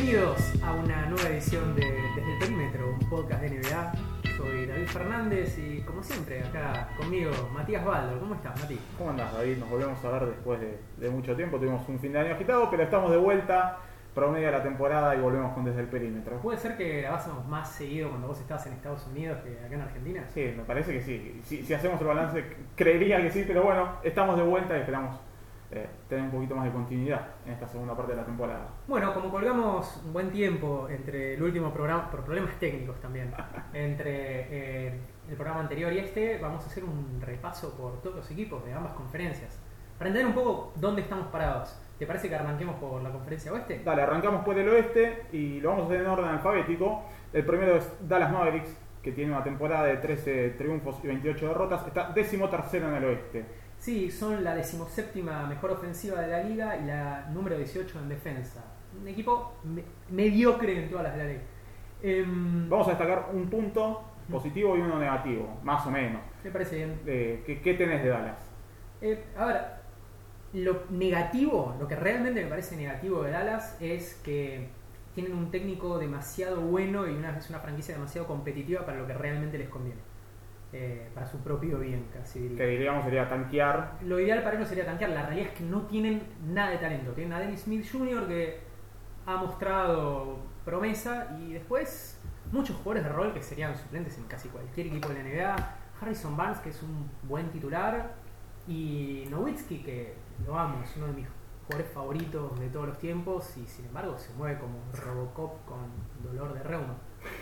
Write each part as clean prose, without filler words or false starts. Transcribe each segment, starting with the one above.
Bienvenidos a una nueva edición de Desde el Perímetro, un podcast de NBA. Soy David Fernández y como siempre acá conmigo Matías Baldo. ¿Cómo estás, Mati? ¿Cómo andás, David? Nos volvemos a ver después de mucho tiempo. Tuvimos un fin de año agitado, pero estamos de vuelta, promedio de la temporada y volvemos con Desde el Perímetro. ¿Puede ser que grabásemos más seguido cuando vos estabas en Estados Unidos que acá en Argentina? Sí, me parece que sí. Si hacemos el balance, creería que sí, pero bueno, estamos de vuelta y esperamos tener un poquito más de continuidad en esta segunda parte de la temporada. Bueno, como colgamos un buen tiempo entre el último programa, por problemas técnicos también, entre el programa anterior y este, vamos a hacer un repaso por todos los equipos de ambas conferencias, para entender un poco dónde estamos parados. ¿Te parece que arranquemos por la conferencia oeste? Dale, arrancamos por el oeste y lo vamos a hacer en orden alfabético. El primero es Dallas Mavericks, que tiene una temporada de 13 triunfos y 28 derrotas. Está 13º en el oeste. Sí, son la 17ª mejor ofensiva de la liga y la número 18 en defensa. Un equipo mediocre en todas las de la liga. Vamos a destacar un punto positivo y uno negativo, más o menos. Me parece bien. ¿Qué tenés de Dallas? A ver, lo negativo, lo que realmente me parece negativo de Dallas es que tienen un técnico demasiado bueno y es una franquicia demasiado competitiva para lo que realmente les conviene. Para su propio bien, casi diría. Que diríamos sería tanquear. Lo ideal para ellos sería tanquear. La realidad es que no tienen nada de talento. Tienen a Dennis Smith Jr. que ha mostrado promesa y después muchos jugadores de rol que serían suplentes en casi cualquier equipo de la NBA. Harrison Barnes, que es un buen titular, y Nowitzki, que lo amo, es uno de mis jugadores favoritos de todos los tiempos y sin embargo se mueve como Robocop con dolor de reuma.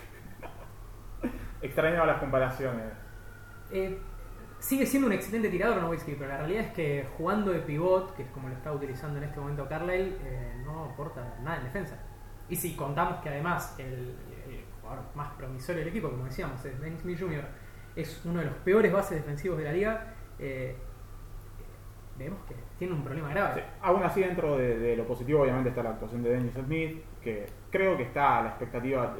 Extrañaba las comparaciones. Sigue siendo un excelente tirador Nowitzki, pero la realidad es que jugando de pivot, que es como lo está utilizando en este momento Carlisle, no aporta nada en defensa. Y si contamos que además el jugador más promisorio del equipo, como decíamos, es Dennis Smith Jr., es uno de los peores bases defensivos de la liga, vemos que tiene un problema grave. Sí. Aún así, dentro de lo positivo, obviamente está la actuación de Dennis Smith, que creo que está a la expectativa,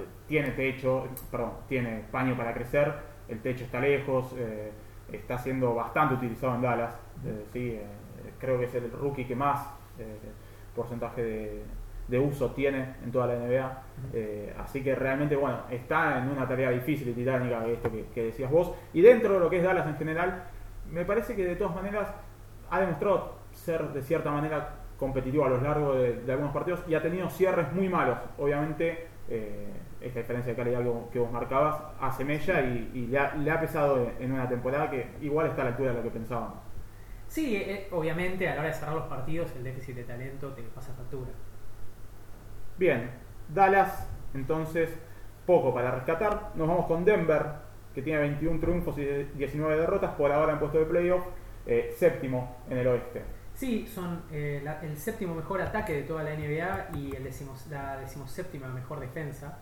tiene paño para crecer, el techo está lejos, está siendo bastante utilizado en Dallas. Creo que es el rookie que más porcentaje de uso tiene en toda la NBA. Así que realmente, bueno, está en una tarea difícil y titánica, esto que decías vos. Y dentro de lo que es Dallas en general, me parece que de todas maneras ha demostrado ser de cierta manera competitivo a lo largo de algunos partidos y ha tenido cierres muy malos. Obviamente, esta diferencia de calidad que vos marcabas hace mella y le ha pesado en una temporada que igual está a la altura de lo que pensábamos. Sí, obviamente a la hora de cerrar los partidos el déficit de talento te pasa factura. Bien, Dallas, entonces, poco para rescatar. Nos vamos con Denver, que tiene 21 triunfos y 19 derrotas, por ahora en puesto de playoff, séptimo en el oeste. Sí, son el séptimo mejor ataque de toda la NBA y la 17ª mejor defensa.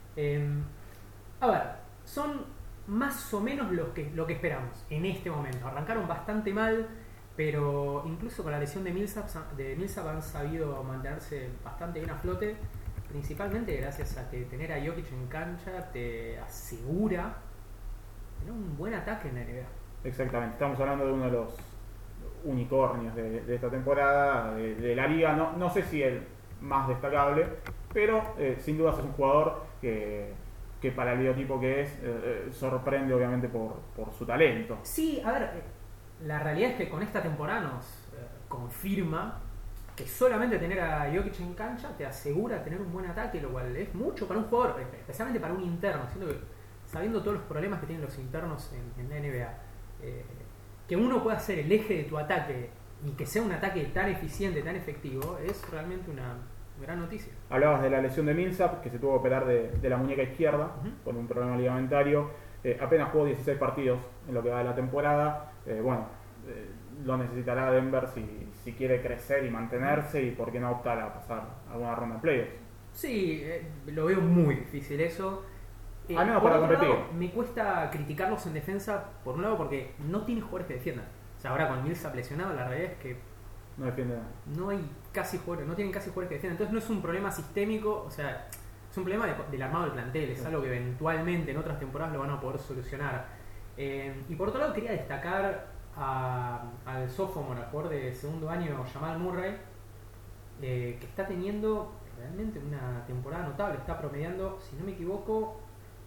A ver, son más o menos lo que esperamos en este momento. Arrancaron bastante mal, pero incluso con la lesión de Millsap han sabido mantenerse bastante bien a flote, principalmente gracias a que tener a Jokic en cancha te asegura tener un buen ataque en la NBA. Exactamente, estamos hablando de uno de los unicornios de esta temporada de la liga, no sé si el más destacable, pero sin dudas es un jugador que para el biotipo que es sorprende obviamente por su talento. Sí, a ver, la realidad es que con esta temporada nos confirma que solamente tener a Jokic en cancha te asegura tener un buen ataque, lo cual es mucho para un jugador, especialmente para un interno, siendo que sabiendo todos los problemas que tienen los internos en la NBA, que uno pueda ser el eje de tu ataque y que sea un ataque tan eficiente, tan efectivo, es realmente una gran noticia. Hablabas de la lesión de Millsap, que se tuvo que operar de la muñeca izquierda por un problema ligamentario. Apenas jugó 16 partidos en lo que va de la temporada. Lo necesitará Denver si quiere crecer y mantenerse y por qué no optar a pasar alguna ronda de playoffs. Sí, lo veo muy difícil eso. Al menos para competir. Lado, me cuesta criticarlos en defensa, por un lado porque no tiene jugadores que defiendan. O sea, ahora con Millsap lesionado, la realidad es que no defiende nada. No hay casi jugadores, no tienen casi jugadores que defiendan. Entonces no es un problema sistémico, o sea, es un problema del armado del plantel. Es algo que eventualmente en otras temporadas lo van a poder solucionar. Y por otro lado quería destacar al sophomore, al jugador de segundo año, Jamal Murray, que está teniendo realmente una temporada notable. Está promediando, si no me equivoco,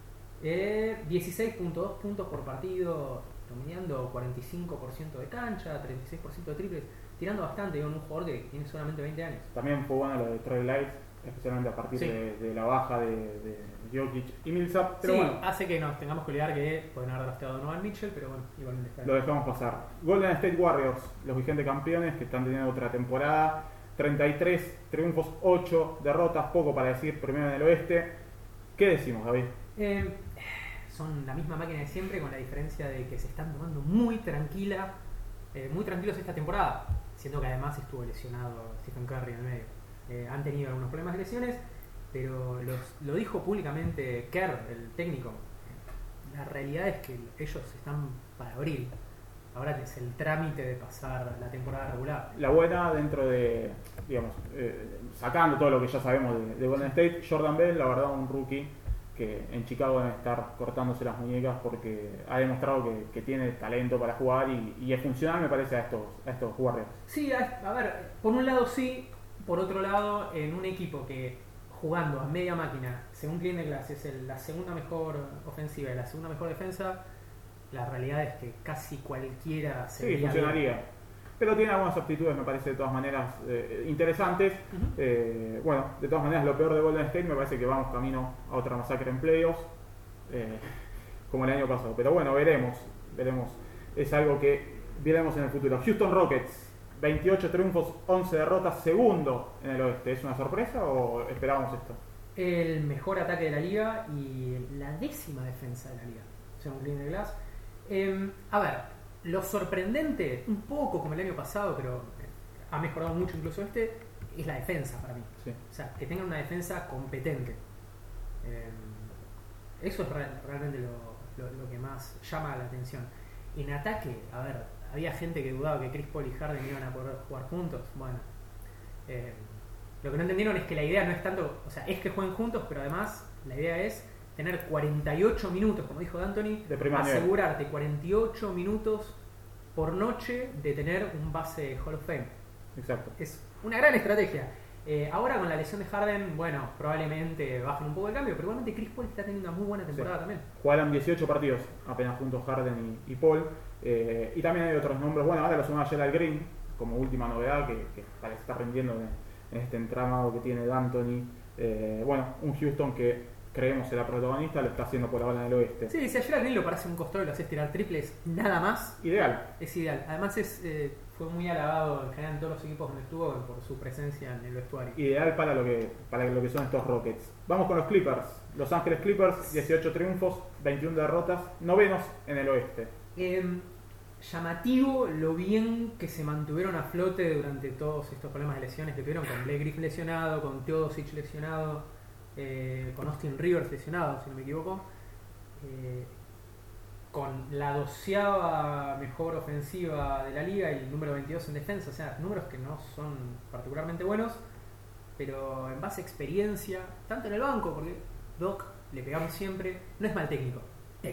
16.2 puntos por partido, promediando 45% de cancha, 36% de triples, tirando bastante con un jugador que tiene solamente 20 años. También fue bueno lo de Trey Lyles, especialmente a partir de la baja de Jokic y Millsap. Pero bueno, hace que nos tengamos que olvidar que pueden haber drafteado a Donovan Mitchell, pero bueno, igualmente está lo dejamos pasar. Golden State Warriors, los vigentes campeones que están teniendo otra temporada. 33 triunfos, 8 derrotas, poco para decir, primero en el oeste. ¿Qué decimos, David? Son la misma máquina de siempre, con la diferencia de que se están tomando muy tranquilos esta temporada, siendo que además estuvo lesionado Stephen Curry en el medio. Han tenido algunos problemas de lesiones, pero lo dijo públicamente Kerr, el técnico. La realidad es que ellos están para abril. Ahora es el trámite de pasar la temporada regular. La buena dentro de, digamos, sacando todo lo que ya sabemos de Golden State, Jordan Bell, la verdad, un rookie que en Chicago debe estar cortándose las muñecas porque ha demostrado que tiene talento para jugar y es funcional, me parece, a estos Warriors. Sí, a ver, por un lado sí, por otro lado, en un equipo que jugando a media máquina, según Clean the Glass, es la segunda mejor ofensiva y la segunda mejor defensa, la realidad es que casi cualquiera se funcionaría. Bien. Pero tiene algunas aptitudes, me parece, de todas maneras interesantes. Uh-huh. Bueno, de todas maneras, lo peor de Golden State me parece que vamos camino a otra masacre en playoffs, como el año pasado. Pero bueno, veremos. Es algo que veremos en el futuro. Houston Rockets, 28 triunfos, 11 derrotas, segundo en el oeste. ¿Es una sorpresa o esperábamos esto? El mejor ataque de la liga y la 10ª defensa de la liga, según Clean the Glass. A ver, lo sorprendente, un poco como el año pasado, pero ha mejorado mucho incluso es la defensa para mí. Sí. O sea, que tengan una defensa competente. Eso es realmente lo que más llama la atención. En ataque, a ver, había gente que dudaba que Chris Paul y Harden iban a poder jugar juntos. Bueno, lo que no entendieron es que la idea no es tanto, o sea, es que jueguen juntos, pero además la idea es tener 48 minutos, como dijo D'Antoni, asegurarte 48 minutos por noche de tener un base Hall of Fame. Exacto. Es una gran estrategia. Ahora con la lesión de Harden, bueno, probablemente bajen un poco el cambio, pero igualmente Chris Paul está teniendo una muy buena temporada también. Jugaron 18 partidos apenas juntos Harden y Paul. Y también hay otros nombres. Bueno, ahora lo suma Gerald Green como última novedad que parece estar rindiendo en este entramado que tiene D'Antoni. Bueno, un Houston que creemos será protagonista, lo está haciendo por ahora en el oeste. Sí, si ayer a Green lo parece un costado y lo haces tirar triples, nada más. Ideal. Es ideal. Además fue muy alabado en general en todos los equipos donde estuvo por su presencia en el vestuario. Ideal para lo que son estos Rockets. Vamos con los Clippers. Los Ángeles Clippers, 18 triunfos, 21 derrotas, novenos en el oeste. Llamativo lo bien que se mantuvieron a flote durante todos estos problemas de lesiones que tuvieron, con Blake Griffin lesionado, con Teodosic lesionado, con Austin Rivers lesionado, si no me equivoco, con la 12ª mejor ofensiva de la liga y el número 22 en defensa. O sea, números que no son particularmente buenos, pero en base a experiencia, tanto en el banco, porque Doc le pegamos siempre, no es mal técnico.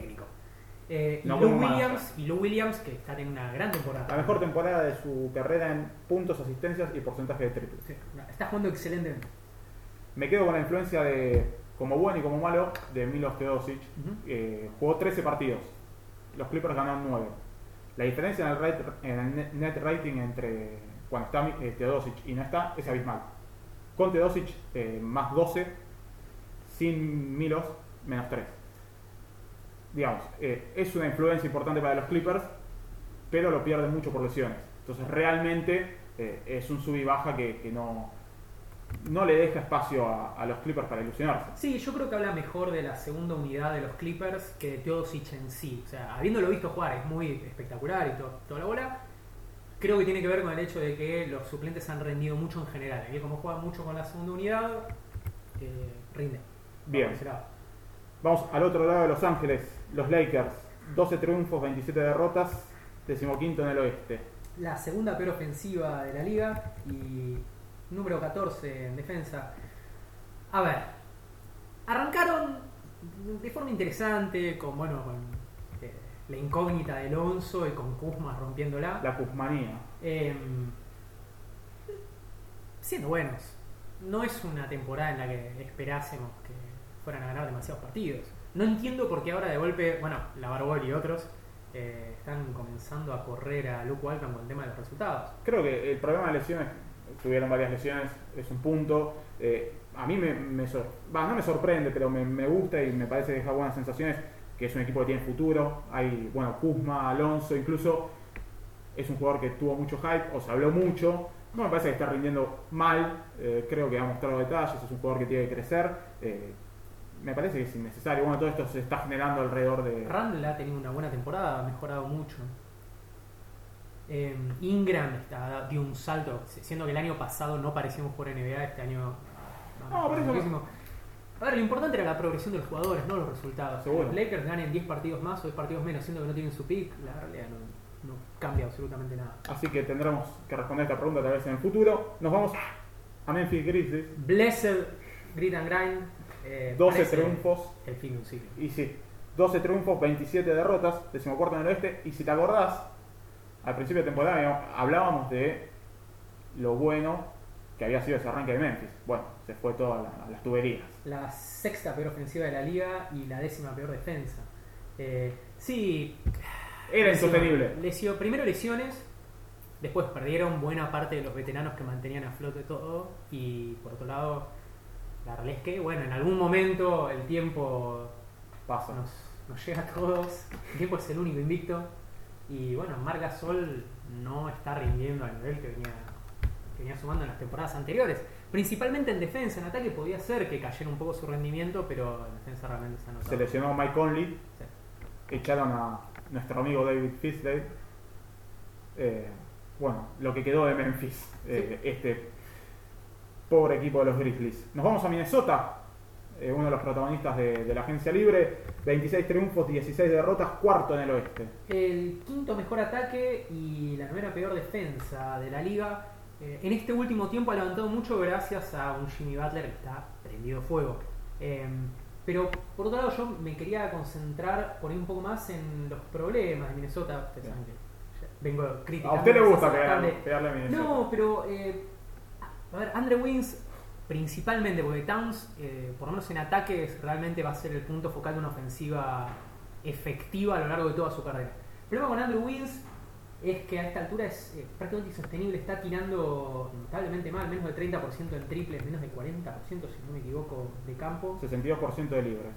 Lou Williams, que está en una gran temporada. La mejor temporada de su carrera en puntos, asistencias y porcentaje de triples. Sí, está jugando excelentemente. Me quedo con la influencia como bueno y como malo, de Milos Teodosic. Uh-huh. Jugó 13 partidos. Los Clippers ganaron 9. La diferencia en el net rating entre cuando está Teodosic y no está es abismal. Con Teodosic más 12, sin Milos menos 3. Digamos, es una influencia importante para los Clippers, pero lo pierden mucho por lesiones. Entonces realmente es un sub y baja que no le deja espacio a los Clippers para ilusionarse. Sí, yo creo que habla mejor de la segunda unidad de los Clippers que de Teodosic en sí. O sea, habiéndolo visto jugar, es muy espectacular y toda la bola. Creo que tiene que ver con el hecho de que los suplentes han rendido mucho en general. Y como juega mucho con la segunda unidad, rinde. Bien. Vamos al otro lado de Los Ángeles. Los Lakers, 12 triunfos, 27 derrotas, 15º en el oeste. La segunda peor ofensiva de la liga y número 14 en defensa. A ver, arrancaron de forma interesante con la incógnita de Alonso y con Kuzma rompiéndola. La Kuzmanía. Siendo buenos. no es una temporada en la que esperásemos que fueran a ganar demasiados partidos. No entiendo por qué ahora de golpe, bueno, la Barbol y otros están comenzando a correr a Luke Walton con el tema de los resultados. Creo que el problema de lesiones, tuvieron varias lesiones, es un punto. A mí no me sorprende, pero me gusta y me parece que deja buenas sensaciones, que es un equipo que tiene futuro. Hay, bueno, Kuzma, Alonso, incluso es un jugador que tuvo mucho hype, o se habló mucho. No me parece que está rindiendo mal, creo que ha mostrado detalles, es un jugador que tiene que crecer. Me parece que es innecesario. Bueno, todo esto se está generando alrededor de... Randle ha tenido una buena temporada, ha mejorado mucho. Ingram dio un salto, siendo que el año pasado no parecía un jugador NBA, este año por eso muchísimo. A ver, lo importante era la progresión de los jugadores, no los resultados. Seguro. Los Lakers ganen 10 partidos más o 10 partidos menos, siendo que no tienen su pick, la realidad no cambia absolutamente nada. Así que tendremos que responder esta pregunta tal vez en el futuro. Nos vamos a Memphis Grizzlies. Blessed Grit and Grind. 12 triunfos. El fin de un ciclo. Y sí, 12 triunfos, 27 derrotas, 14º en el oeste. Y si te acordás, al principio de temporada hablábamos de lo bueno que había sido ese arranque de Memphis. Bueno, se fue todo a las tuberías. La sexta peor ofensiva de la liga y la 10ª peor defensa. Sí. Era insostenible. Primero lesiones, después perdieron buena parte de los veteranos que mantenían a flote todo. Y por otro lado, la realidad es que, bueno, en algún momento el tiempo pasa. Nos llega a todos. El tiempo es el único invicto. Y bueno, Marc Gasol no está rindiendo al nivel que venía sumando en las temporadas anteriores. Principalmente en defensa. En ataque podía ser que cayera un poco su rendimiento, pero en defensa realmente se ha notado. Se lesionó Mike Conley. Sí. Echaron a nuestro amigo David Fizdale. Bueno, lo que quedó de Memphis. Este pobre equipo de los Grizzlies. Nos vamos a Minnesota. Uno de los protagonistas de la agencia libre. 26 triunfos, 16 derrotas, cuarto en el oeste. El quinto mejor ataque y la 9ª peor defensa de la liga. En este último tiempo ha levantado mucho gracias a un Jimmy Butler que está prendido fuego. Pero por otro lado yo me quería concentrar por ahí un poco más en los problemas de Minnesota. Ustedes saben que vengo criticando. ¿A usted le gusta pegarle a Minnesota? No, pero a ver, Andrew Wiggins principalmente porque Towns, por lo menos en ataques, realmente va a ser el punto focal de una ofensiva efectiva a lo largo de toda su carrera. El problema con Andrew Wiggins es que a esta altura es prácticamente insostenible, está tirando notablemente mal, menos del 30% en triples, menos del 40%, si no me equivoco, de campo. 62% de libres.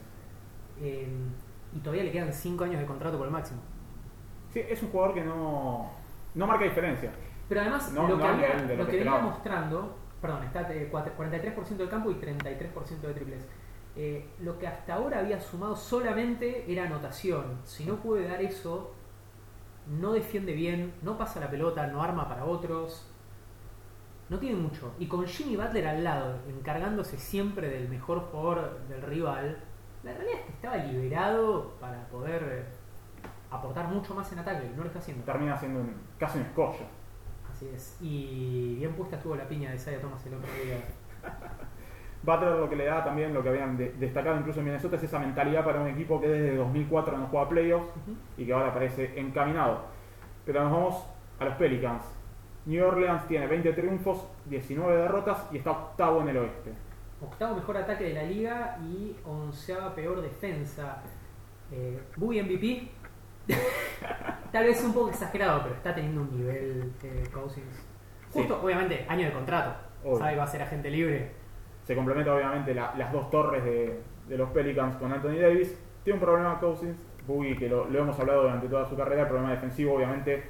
Y todavía le quedan 5 años de contrato por el máximo. Sí, es un jugador que no marca diferencia. Pero además, lo que venía mostrando, perdón, está 43% del campo y 33% de triples. Lo que hasta ahora había sumado solamente era anotación. Si no puede dar eso, no defiende bien, no pasa la pelota, no arma para otros, no tiene mucho. Y con Jimmy Butler al lado, encargándose siempre del mejor jugador del rival, la realidad es que estaba liberado para poder aportar mucho más en ataque, no lo está haciendo. Termina siendo casi un escollo. Así es. Y bien puesta estuvo la piña de Isaiah Thomas el otro día. Butler lo que le da también, lo que habían destacado incluso en Minnesota, es esa mentalidad para un equipo que desde 2004 no juega playoffs y que ahora parece encaminado. Pero nos vamos a los Pelicans. New Orleans tiene 20 triunfos, 19 derrotas y está octavo en el oeste. Octavo mejor ataque de la liga y 11ª peor defensa. Boogie MVP. Tal vez un poco exagerado, pero está teniendo un nivel Cousins. Justo, sí. Obviamente, año de contrato. Obvio. Sabe que va a ser agente libre. Se complementa obviamente las dos torres de los Pelicans con Anthony Davis. Tiene un problema Cousins, Boogie, que lo hemos hablado durante toda su carrera. El problema defensivo, obviamente,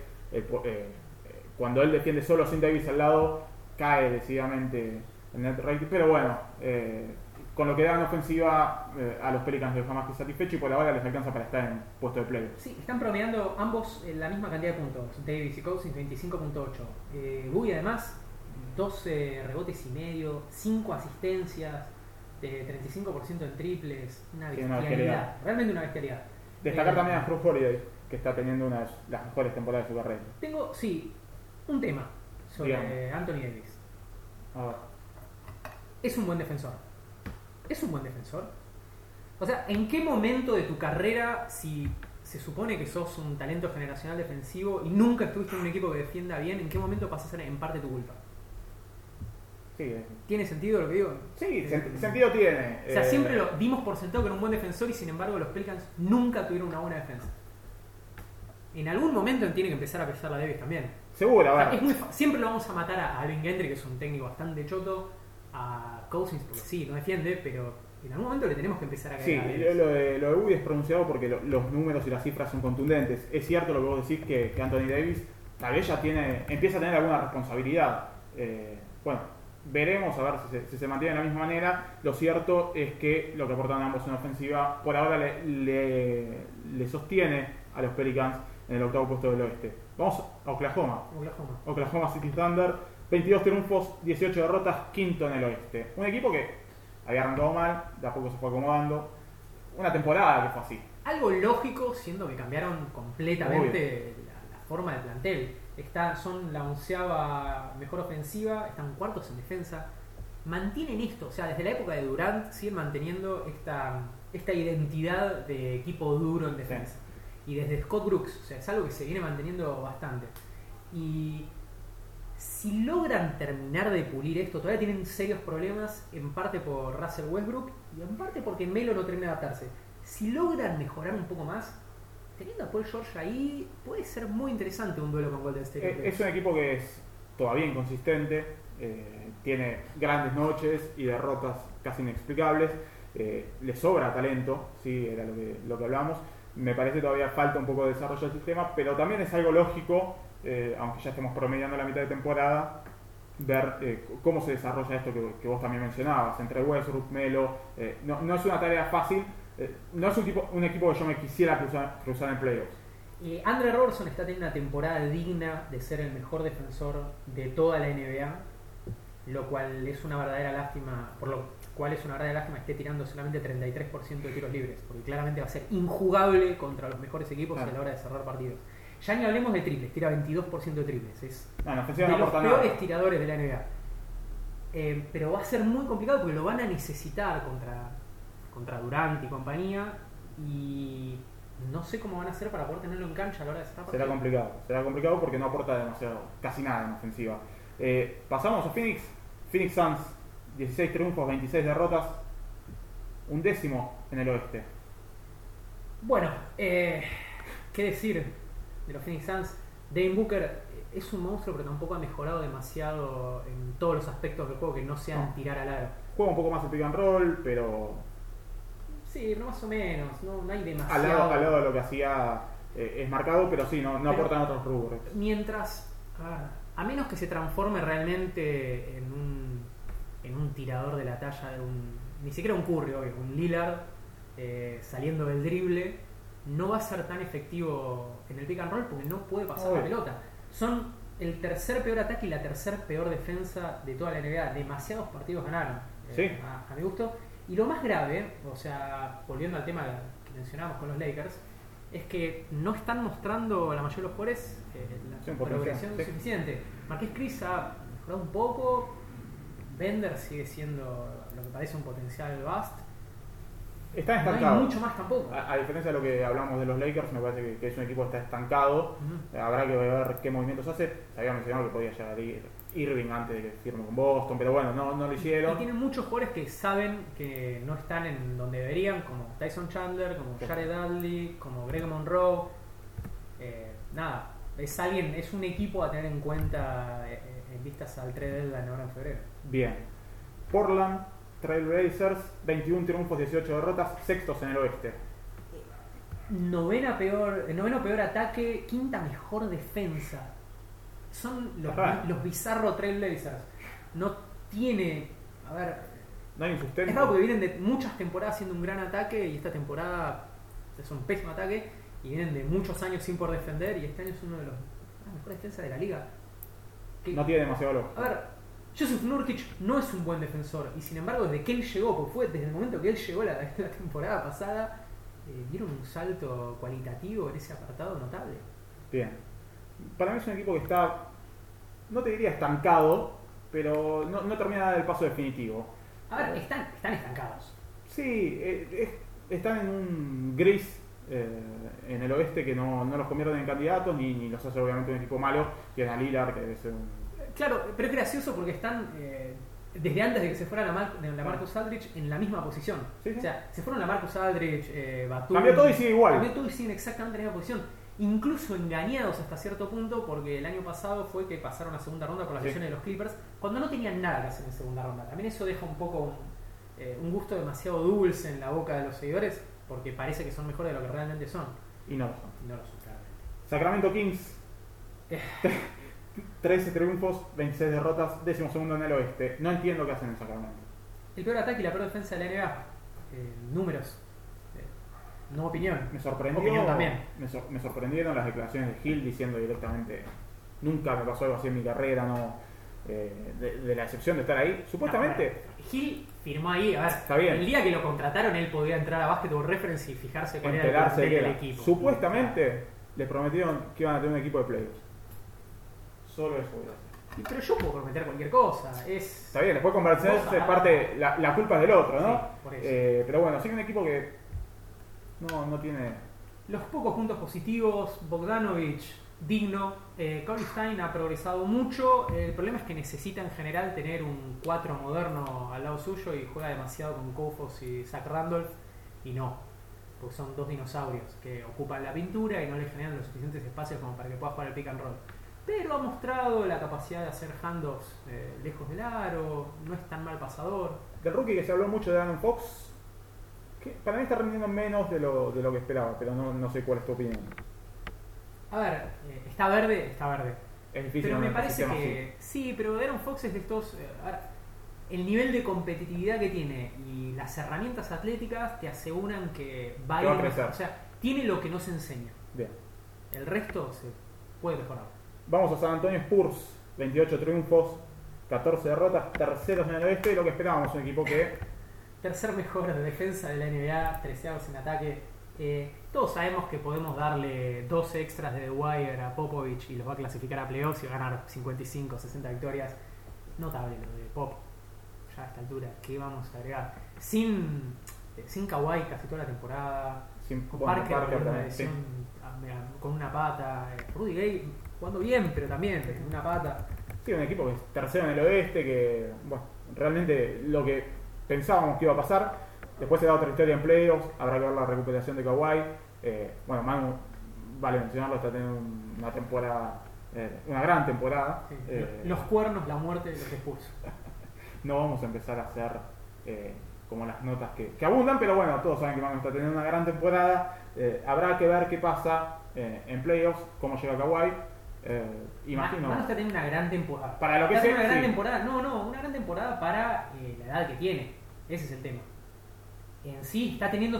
cuando él defiende solo sin Davis al lado, cae decididamente en net rating. Pero bueno, con lo que da en ofensiva, a los Pelicans les deja más que satisfecho y por ahora les alcanza para estar en puesto de play. Sí, están promediando ambos la misma cantidad de puntos. Davis y Cousins 25.8. Boogie además 12 rebotes y medio, 5 asistencias, 35% en triples, una bestialidad, realmente una bestialidad. Destacar también a Cruz Holiday, que está teniendo una de las mejores temporadas de su carrera. Tengo, sí, un tema sobre Anthony Davis. A ver. Es un buen defensor. Es un buen defensor. O sea, ¿en qué momento de tu carrera, si se supone que sos un talento generacional defensivo y nunca estuviste en un equipo que defienda bien, en qué momento pasa a ser en parte tu culpa? Sí, ¿Tiene sentido lo que digo? sí, sentido tiene. O sea, siempre lo dimos por sentado que era un buen defensor y sin embargo los Pelicans nunca tuvieron una buena defensa. En algún momento tiene que empezar a pesar la Davis también. Seguro, a O sea, ver. siempre lo vamos a matar a Alvin Gentry, que es un técnico bastante choto, a Cousins, porque sí, no defiende, pero en algún momento le tenemos que empezar a caer Sí, a Davis. lo de Woody es pronunciado porque los números y las cifras son contundentes. Es cierto lo que vos decís que Anthony Davis tal vez ya empieza a tener alguna responsabilidad. Bueno, veremos a ver si se mantiene de la misma manera. Lo cierto es que lo que aportan ambos en ofensiva por ahora le sostiene a los Pelicans en el octavo puesto del oeste. Vamos a Oklahoma. Oklahoma City Thunder, 22 triunfos, 18 derrotas, quinto en el oeste. Un equipo que había arrancado mal, de a poco se fue acomodando. Una temporada que fue así. Algo lógico, siendo que cambiaron completamente la forma del plantel. Son la 11ª mejor ofensiva, están cuartos en defensa. Mantienen esto, o sea, desde la época de Durant siguen manteniendo esta identidad de equipo duro en defensa. Sí. Y desde Scott Brooks, o sea, es algo que se viene manteniendo bastante. Y si logran terminar de pulir esto, todavía tienen serios problemas, en parte por Russell Westbrook y en parte porque Melo no termina de adaptarse. Si logran mejorar un poco más, teniendo a Paul George ahí, puede ser muy interesante un duelo con Golden State. Es un equipo que es todavía inconsistente, tiene grandes noches y derrotas casi inexplicables, le sobra talento, sí, era lo que hablamos. Me parece que todavía falta un poco de desarrollo del sistema, pero también es algo lógico, aunque ya estemos promediando la mitad de temporada, ver cómo se desarrolla esto que vos también mencionabas, entre Westbrook, Melo. No es una tarea fácil, no es un equipo que yo me quisiera cruzar en playoffs. Andre Robertson está teniendo una temporada digna de ser el mejor defensor de toda la NBA, lo cual es una verdadera lástima, por lo cual es una verdadera lástima que esté tirando solamente 33% de tiros libres, porque claramente va a ser injugable contra los mejores equipos a la hora de cerrar partidos. Ya ni hablemos de triples, tira 22% de triples, es de los peores tiradores de la NBA. Pero va a ser muy complicado porque lo van a necesitar contra Durant y compañía, y no sé cómo van a hacer para poder tenerlo en cancha a la hora de cerrar partidos. Será complicado porque no aporta demasiado, casi nada en ofensiva. Pasamos a Phoenix Suns, 16 triunfos, 26 derrotas, 11º en el oeste. Bueno, ¿qué decir de los Phoenix Suns? Devin Booker es un monstruo, pero tampoco ha mejorado demasiado en todos los aspectos del juego que no sean tirar al aro. Juega un poco más el pick and roll, pero... Sí, no más o menos, no hay demasiado. Al lado de lo que hacía es marcado, pero sí, no aportan otros rubros. Mientras, a menos que se transforme realmente en un tirador de la talla de ni siquiera un Curry, obvio, un Lillard saliendo del drible, no va a ser tan efectivo en el pick and roll porque no puede pasar la pelota. Son el tercer peor ataque y la tercer peor defensa de toda la NBA. Demasiados partidos ganaron, sí. a mi gusto. Y lo más grave, o sea, volviendo al tema que mencionábamos con los Lakers, es que no están mostrando a la mayoría de los jugadores la progresión suficiente. Marqués Chris ha mejorado un poco, Bender sigue siendo lo que parece un potencial bust. Está estancado. No hay mucho más tampoco. A diferencia de lo que hablamos de los Lakers, me parece que es un equipo que está estancado. Habrá que ver qué movimientos hace. Se había mencionado que podía llegar Irving antes de que firme con Boston, pero bueno, no lo hicieron. Y tienen muchos jugadores que saben que no están en donde deberían, como Tyson Chandler, como Jared Dudley, como Greg Monroe. Es un equipo a tener en cuenta en vistas al trade deadline ahora en febrero. Bien. Portland Trail Blazers, 21 triunfos, 18 derrotas, sextos en el oeste. Noveno peor ataque, quinta mejor defensa. Son los bizarros Trail Blazers. No tiene... A ver... No hay un sustento. Es raro porque vienen de muchas temporadas siendo un gran ataque y esta temporada es un pésimo ataque y vienen de muchos años sin por defender y este año es uno de las mejores defensas de la liga. No tiene demasiado valor. A ver, Jusuf Nurkic no es un buen defensor y sin embargo desde que él llegó, porque fue desde el momento que él llegó la temporada pasada, dieron un salto cualitativo en ese apartado notable. Bien. Para mí es un equipo que está, no te diría estancado, pero no termina de dar el paso definitivo. A ver, están estancados. Sí, están en un gris en el oeste que no los convierten en candidatos ni los hace obviamente un equipo malo. Tienen a Lillard, que debe ser un... Claro, pero es gracioso porque desde antes de que se fuera la Marcus Aldridge en la misma posición. Sí, sí. O sea, se fueron la Marcus Aldridge, Batum. Cambió todo y sigue igual. Cambió todo y siguen exactamente en la misma posición. Incluso engañados hasta cierto punto, porque el año pasado fue que pasaron a segunda ronda con las lesiones de los Clippers, cuando no tenían nada que hacer en segunda ronda. También eso deja un poco un gusto demasiado dulce en la boca de los seguidores, porque parece que son mejores de lo que realmente son. Y no lo son. Y no lo son, claramente. Sacramento Kings. 13 triunfos, 26 derrotas, 12º en el oeste. No entiendo qué hacen en Sacramento. El peor ataque y la peor defensa de la NBA. Números. No opinión. Me sorprendió. Opinión también. Me sorprendieron las declaraciones de Hill diciendo directamente: nunca me pasó algo así en mi carrera, no. De la excepción de estar ahí. Supuestamente. No, Hill firmó ahí. A ver, está bien. El día que lo contrataron, él podía entrar a Basketball Reference y fijarse cuál era el del equipo. Supuestamente les prometieron que iban a tener un equipo de playoffs. Solo eso voy a hacer. Pero yo puedo prometer cualquier cosa. Está bien, después conversarse parte. La culpa es del otro, ¿no? Sí, por eso. Pero bueno, sí que un equipo que no tiene. Los pocos puntos positivos, Bogdanovic digno, Corey Stein ha progresado mucho. El problema es que necesita en general tener un 4 moderno al lado suyo y juega demasiado con Koufos y Zach Randolph, y no, porque son dos dinosaurios que ocupan la pintura y no le generan los suficientes espacios como para que pueda jugar el pick and roll. Pero ha mostrado la capacidad de hacer handoffs lejos del aro, no es tan mal pasador. Del rookie que se habló mucho de Aaron Fox, que para mí está rendiendo menos de lo que esperaba, pero no sé cuál es tu opinión. A ver, está verde. Es difícil. Pero me parece que sí, pero Aaron Fox es de estos. El nivel de competitividad que tiene y las herramientas atléticas te aseguran que va a ir. O sea, tiene lo que no se enseña. Bien. El resto se puede mejorar. Vamos a San Antonio Spurs, 28 triunfos, 14 derrotas, terceros en el oeste, lo que esperábamos, un equipo que... Tercer mejor de defensa de la NBA, 13avos en ataque. Todos sabemos que podemos darle 12 extras de The Wire a Popovich y los va a clasificar a playoffs y va a ganar 55, 60 victorias. Notable lo de Pop. Ya a esta altura, ¿qué vamos a agregar? Sin Kawhi casi toda la temporada. Con Parker con una lesión, con una pata. Rudy Gay jugando bien, pero también con una pata. Sí, un equipo que es tercero en el oeste, que bueno, realmente lo que pensábamos que iba a pasar. Después se da otra historia en playoffs, habrá que ver la recuperación de Kawhi. Bueno, Manu, vale mencionarlo, está teniendo una temporada, una gran temporada. Sí. Los cuernos, la muerte de los Spurs. No vamos a empezar a hacer como las notas que abundan, pero bueno, todos saben que Manu está teniendo una gran temporada. Habrá que ver qué pasa en playoffs, cómo llega Kawhi. Imagino. Manu está teniendo una gran temporada. Para lo que sea, una gran sí. temporada. No, una gran temporada para la edad que tiene. Ese es el tema. En sí, está teniendo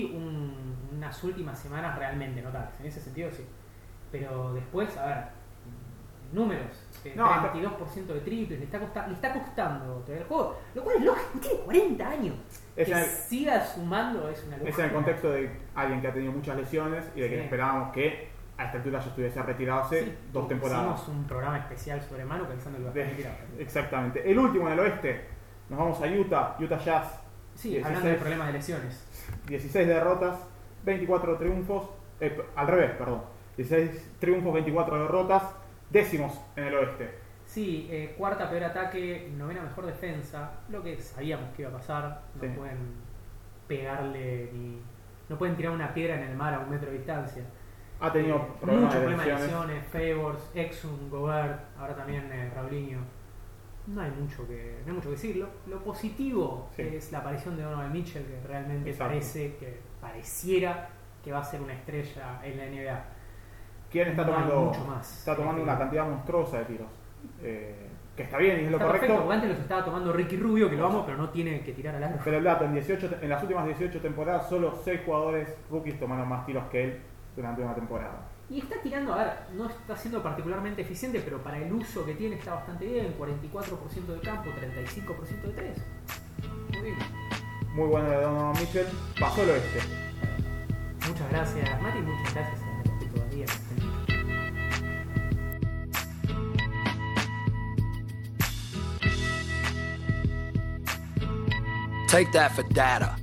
unas últimas semanas realmente notables. En ese sentido, sí. Pero después, a ver, números. 32% de triples, le está costando el juego. Lo cual es lógico, tiene 40 años. Siga sumando es una locura. Es en el contexto de alguien que ha tenido muchas lesiones y de que esperábamos que a esta altura ya estuviese retirado hace 2 temporadas. Hicimos un programa especial sobre Manu pensando que iba a estar retirado. Exactamente. El último en el oeste, nos vamos a Utah Jazz. Sí, 16, hablando de problemas de lesiones. 16 derrotas, 24 triunfos, al revés, perdón. 16 triunfos, 24 derrotas, décimos en el oeste. Sí, cuarta peor ataque, novena mejor defensa, lo que sabíamos que iba a pasar. No pueden pegarle no pueden tirar una piedra en el mar a 1 metro de distancia. Ha tenido muchos problemas de lesiones, Favors, Exum, Gobert, ahora también Raulinho. No hay mucho que decir. Lo positivo es la aparición de Donovan Mitchell, que realmente pareciera que va a ser una estrella en la NBA. ¿Quién está tomando mucho más? Está tomando una cantidad monstruosa de tiros. Que está bien y es lo correcto. Perfecto, porque antes los estaba tomando Ricky Rubio, que lo amo, pero no tiene que tirar al aro. Pero el dato, en las últimas 18 temporadas, solo 6 jugadores rookies tomaron más tiros que él durante una temporada. Y está tirando, a ver, no está siendo particularmente eficiente, pero para el uso que tiene está bastante bien. 44% de campo, 35% de 3. Muy bien. Muy bueno de Donovan Mitchell. Pasó el oeste. Muchas gracias, Mati, muchas gracias a los que todavía estén. Take that for data.